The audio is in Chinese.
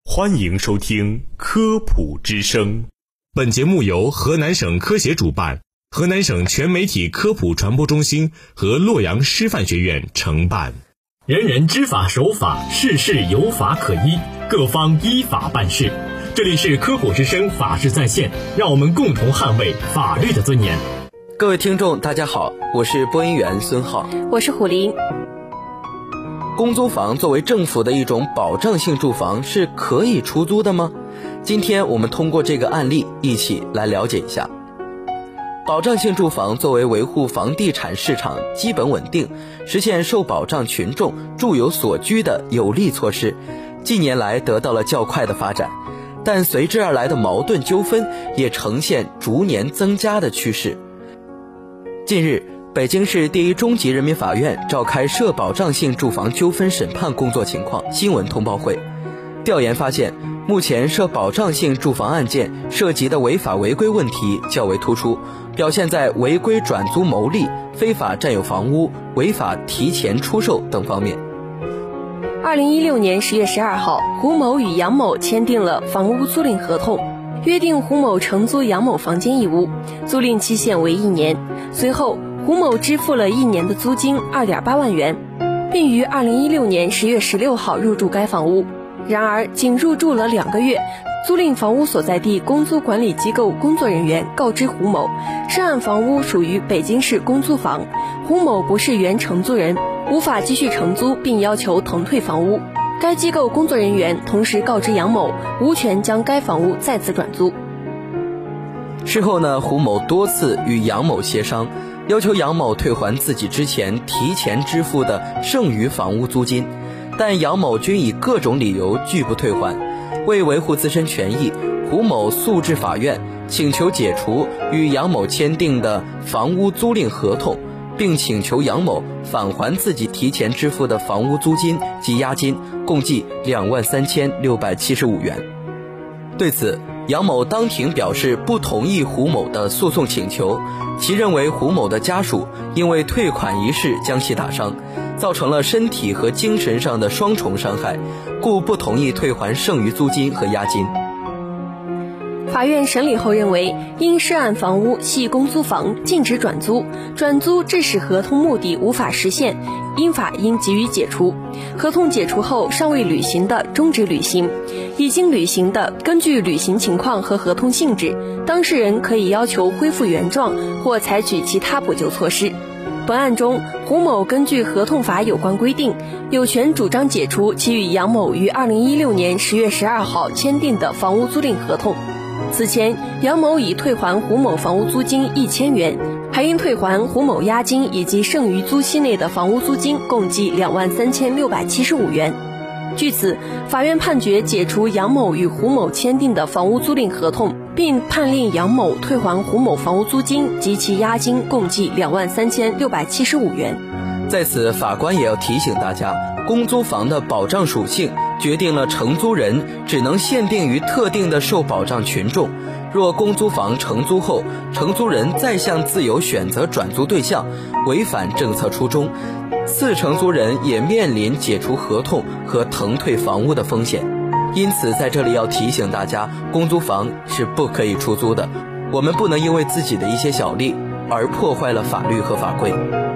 欢迎收听科普之声。本节目由河南省科协主办，河南省全媒体科普传播中心和洛阳师范学院承办。 人人知法守法，事事有法可依，各方依法办事。这里是科普之声法治在线，让我们共同捍卫法律的尊严。 各位听众大家好，我是播音员孙浩， 我是虎林。 公租房作为政府的一种保障性住房是可以出租的吗？今天我们通过这个案例一起来了解一下。保障性住房作为维护房地产市场基本稳定，实现受保障群众住有所居的有力措施，近年来得到了较快的发展，但随之而来的矛盾纠纷也呈现逐年增加的趋势。近日，北京市第一中级人民法院召开涉保障性住房纠纷审判工作情况新闻通报会。调研发现，目前涉保障性住房案件涉及的违法违规问题较为突出，表现在违规转租牟利、非法占有房屋、违法提前出售等方面。 2016年10月12号，胡某与杨某签订了房屋租赁合同，约定胡某承租杨某房间一屋，租赁期限为1年。随后，胡某支付了1年的租金2.8万元，并于2016年10月16号入住该房屋。然而，仅入住了2个月，租赁房屋所在地公租管理机构工作人员告知胡某，涉案房屋属于北京市公租房，胡某不是原承租人，无法继续承租，并要求腾退房屋。该机构工作人员同时告知杨某，无权将该房屋再次转租。 事后呢，胡某多次与杨某协商，要求杨某退还自己之前提前支付的剩余房屋租金，但杨某均以各种理由拒不退还。为维护自身权益，胡某诉至法院，请求解除与杨某签订的房屋租赁合同，并请求杨某返还自己提前支付的房屋租金及押金，共计23675元。对此，杨某当庭表示不同意胡某的诉讼请求，其认为胡某的家属因为退款一事将其打伤，造成了身体和精神上的双重伤害，故不同意退还剩余租金和押金。 法院审理后认为，因涉案房屋系公租房，禁止转租，转租致使合同目的无法实现，因法应给予解除。合同解除后尚未履行的终止履行，已经履行的根据履行情况和合同性质，当事人可以要求恢复原状或采取其他补救措施。本案中，胡某根据合同法有关规定，有权主张解除其与杨某于2016年10月12号签订的房屋租赁合同。此前，杨某已退还胡某房屋租金1000元，还应退还胡某押金以及剩余租期内的房屋租金，共计23675元。据此，法院判决解除杨某与胡某签订的房屋租赁合同，并判令杨某退还胡某房屋租金及其押金，共计23675元。 在此，法官也要提醒大家，公租房的保障属性决定了承租人只能限定于特定的受保障群众。若公租房承租后，承租人再向自由选择转租对象，违反政策初衷，次承租人也面临解除合同和腾退房屋的风险。因此，在这里要提醒大家，公租房是不可以出租的，我们不能因为自己的一些小利而破坏了法律和法规。